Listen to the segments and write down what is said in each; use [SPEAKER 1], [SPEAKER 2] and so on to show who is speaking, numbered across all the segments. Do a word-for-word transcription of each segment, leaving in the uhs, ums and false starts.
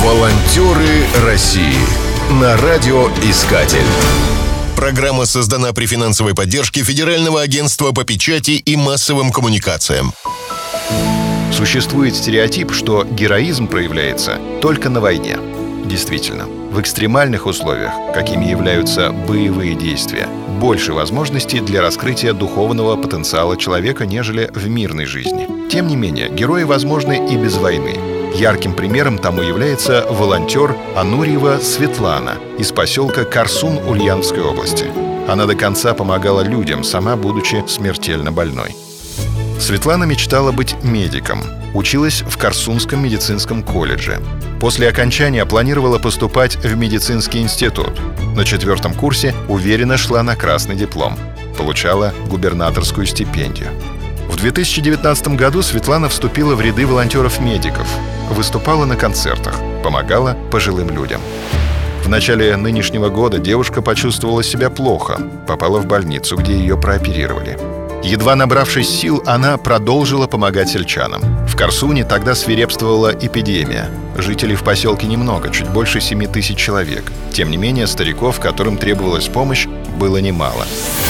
[SPEAKER 1] Волонтеры России на радиоискатель. Программа создана при финансовой поддержке Федерального агентства по печати и массовым коммуникациям.
[SPEAKER 2] Существует стереотип, что героизм проявляется только на войне. Действительно, в экстремальных условиях, какими являются боевые действия, больше возможностей для раскрытия духовного потенциала человека, нежели в мирной жизни. Тем не менее, герои возможны и без войны. Ярким примером тому является волонтер Анурьева Светлана из поселка Корсун Ульяновской области. Она до конца помогала людям, сама будучи смертельно больной. Светлана мечтала быть медиком. Училась в Корсунском медицинском колледже. После окончания планировала поступать в медицинский институт. На четвертом курсе уверенно шла на красный диплом. Получала губернаторскую стипендию. В две тысячи девятнадцатом году Светлана вступила в ряды волонтеров-медиков. Выступала на концертах, помогала пожилым людям. В начале нынешнего года девушка почувствовала себя плохо, попала в больницу, где ее прооперировали. Едва набравшись сил, она продолжила помогать сельчанам. В Корсуне тогда свирепствовала эпидемия. Жителей в поселке немного, чуть больше семи тысяч человек. Тем не менее, стариков, которым требовалась помощь, было немало.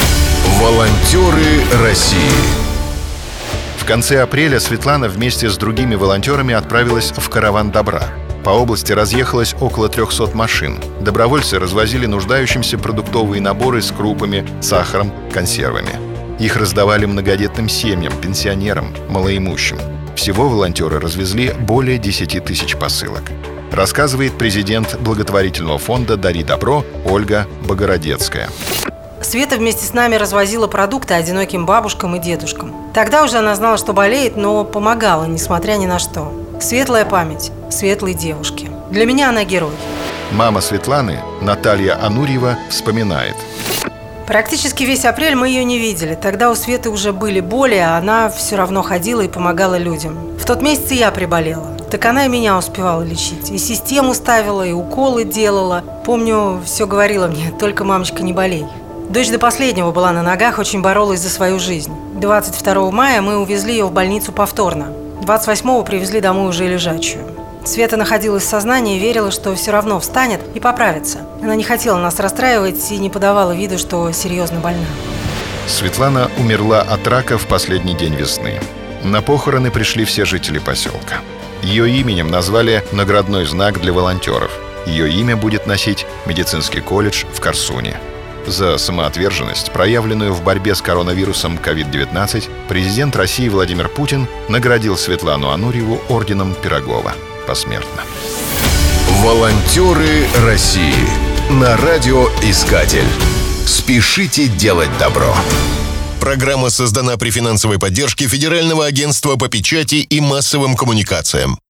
[SPEAKER 1] Волонтеры России.
[SPEAKER 2] В конце апреля Светлана вместе с другими волонтерами отправилась в караван добра. По области разъехалось около трехсот машин. Добровольцы развозили нуждающимся продуктовые наборы с крупами, сахаром, консервами. Их раздавали многодетным семьям, пенсионерам, малоимущим. Всего волонтеры развезли более десяти тысяч посылок. Рассказывает президент благотворительного фонда «Дари добро» Ольга Богородецкая.
[SPEAKER 3] Света вместе с нами развозила продукты одиноким бабушкам и дедушкам. Тогда уже она знала, что болеет, но помогала, несмотря ни на что. Светлая память светлой девушки. Для меня она герой.
[SPEAKER 2] Мама Светланы, Наталья Анурьева, вспоминает.
[SPEAKER 3] Практически весь апрель мы ее не видели. Тогда у Светы уже были боли, а она все равно ходила и помогала людям. В тот месяц и я приболела. Так она и меня успевала лечить. И систему ставила, и уколы делала. Помню, все говорила мне: только, мамочка, не болей. Дочь до последнего была на ногах, очень боролась за свою жизнь. двадцать второго мая мы увезли ее в больницу повторно. двадцать восьмого привезли домой уже лежачую. Света находилась в сознании и верила, что все равно встанет и поправится. Она не хотела нас расстраивать и не подавала виду, что серьезно больна.
[SPEAKER 2] Светлана умерла от рака в последний день весны. На похороны пришли все жители поселка. Ее именем назвали наградной знак для волонтеров. Ее имя будет носить медицинский колледж в Корсуне. За самоотверженность, проявленную в борьбе с коронавирусом ковид девятнадцать, президент России Владимир Путин наградил Светлану Анурьеву орденом Пирогова посмертно.
[SPEAKER 1] Волонтеры России на радиоискатель. Спешите делать добро. Программа создана при финансовой поддержке Федерального агентства по печати и массовым коммуникациям.